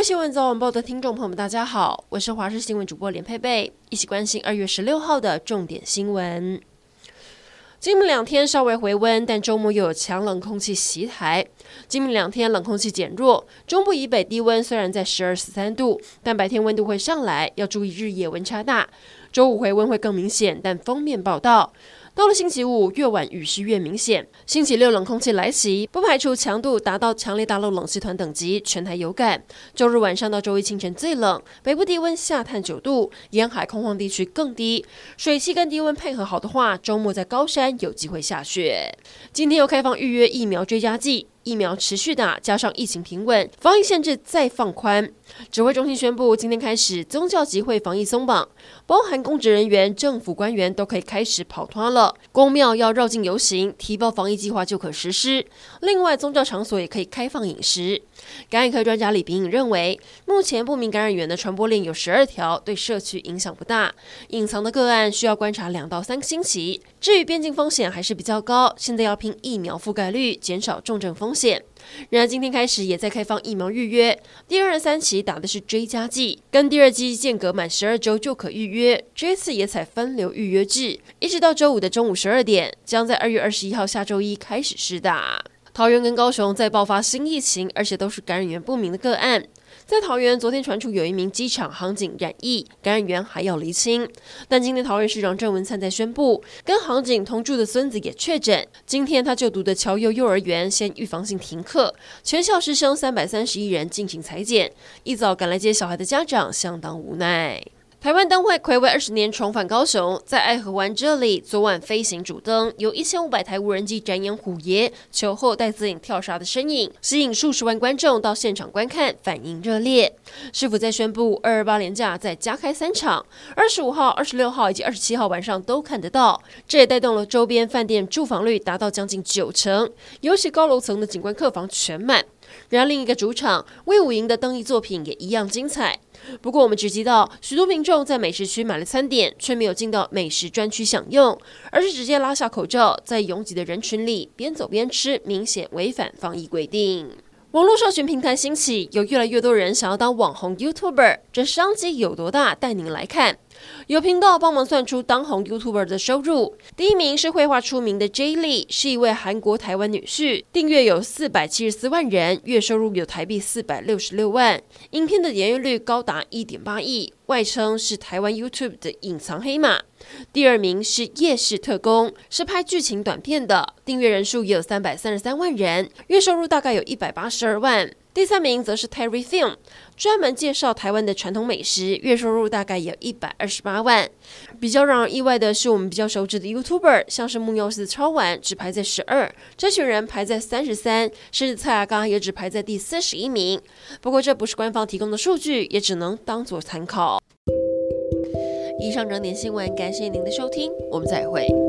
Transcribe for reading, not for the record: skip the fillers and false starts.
新闻早晚报的听众朋友们，大家好，我是华视新闻主播连佩佩，一起关心2月16号的重点新闻。今明两天稍微回温，但周末又有强冷空气袭台。今明两天冷空气减弱，中部以北低温虽然在12、13度，但白天温度会上来，要注意日夜温差大。周五回温会更明显，但锋面报道。到了星期五，越晚雨势越明显。星期六冷空气来袭，不排除强度达到强烈大陆冷气团等级，全台有感。周日晚上到周一清晨最冷，北部低温下探9度，沿海空旷地区更低。水汽跟低温配合好的话，周末在高山有机会下雪。今天又开放预约疫苗追加剂。疫苗持续打，加上疫情平稳，防疫限制再放宽。指挥中心宣布，今天开始宗教集会防疫松绑，包含公职人员、政府官员都可以开始跑团了。公庙要绕境游行，提报防疫计划就可实施。另外，宗教场所也可以开放饮食。感染科专家李秉颖认为，目前不明感染源的传播链有12条，对社区影响不大。隐藏的个案需要观察2到3个星期。至于边境风险还是比较高，现在要拼疫苗覆盖率，减少重症风险。然而今天开始也在开放疫苗预约，第2、3期打的是追加剂，跟第2剂间隔满12周就可预约。这次也采分流预约制，一直到周五的中午12点，将在2月21号下周一开始施打。桃园跟高雄再爆发新疫情，而且都是感染源不明的个案。在桃园，昨天传出有一名机场航警染疫，感染源还要厘清。但今天桃园市长郑文灿在宣布，跟航警同住的孙子也确诊。今天他就读的侨幼幼儿园先预防性停课，全校师生331人进行采检。一早赶来接小孩的家长相当无奈。台湾灯会睽违20年重返高雄，在爱河湾这里，昨晚飞行主灯有1500台无人机展演虎爷、球后戴资颖跳纱的身影，吸引数十万观众到现场观看，反应热烈。市府在宣布228连假再加开3场，25号、26号以及27号晚上都看得到，这也带动了周边饭店住房率达到将近90%，尤其高楼层的景观客房全满。然而另一个主场魏武营的灯艺作品也一样精彩。不过我们只知道，许多民众在美食区买了餐点，却没有进到美食专区享用，而是直接拉下口罩，在拥挤的人群里边走边吃，明显违反防疫规定。网络社群平台兴起，有越来越多人想要当网红 YouTuber， 这商机有多大？带您来看。有频道帮忙算出当红 YouTuber 的收入，第一名是绘画出名的 J Lee， 是一位韩国台湾女婿，订阅有474万人，月收入有台币466万，影片的点阅率高达 1.8 亿，外称是台湾 YouTube 的隐藏黑马。第二名是夜市特工，是拍剧情短片的，订阅人数也有333万人，月收入大概有182万。第3名则是 Terry Film， 专门介绍台湾的传统美食，月收入大概有128万。比较让人意外的是，我们比较熟知的 YouTuber， 像是木曜4超玩只排在12，这群人排在33，甚至蔡阿嘎也只排在第41名。不过这不是官方提供的数据，也只能当作参考。以上整点新闻，感谢您的收听，我们再会。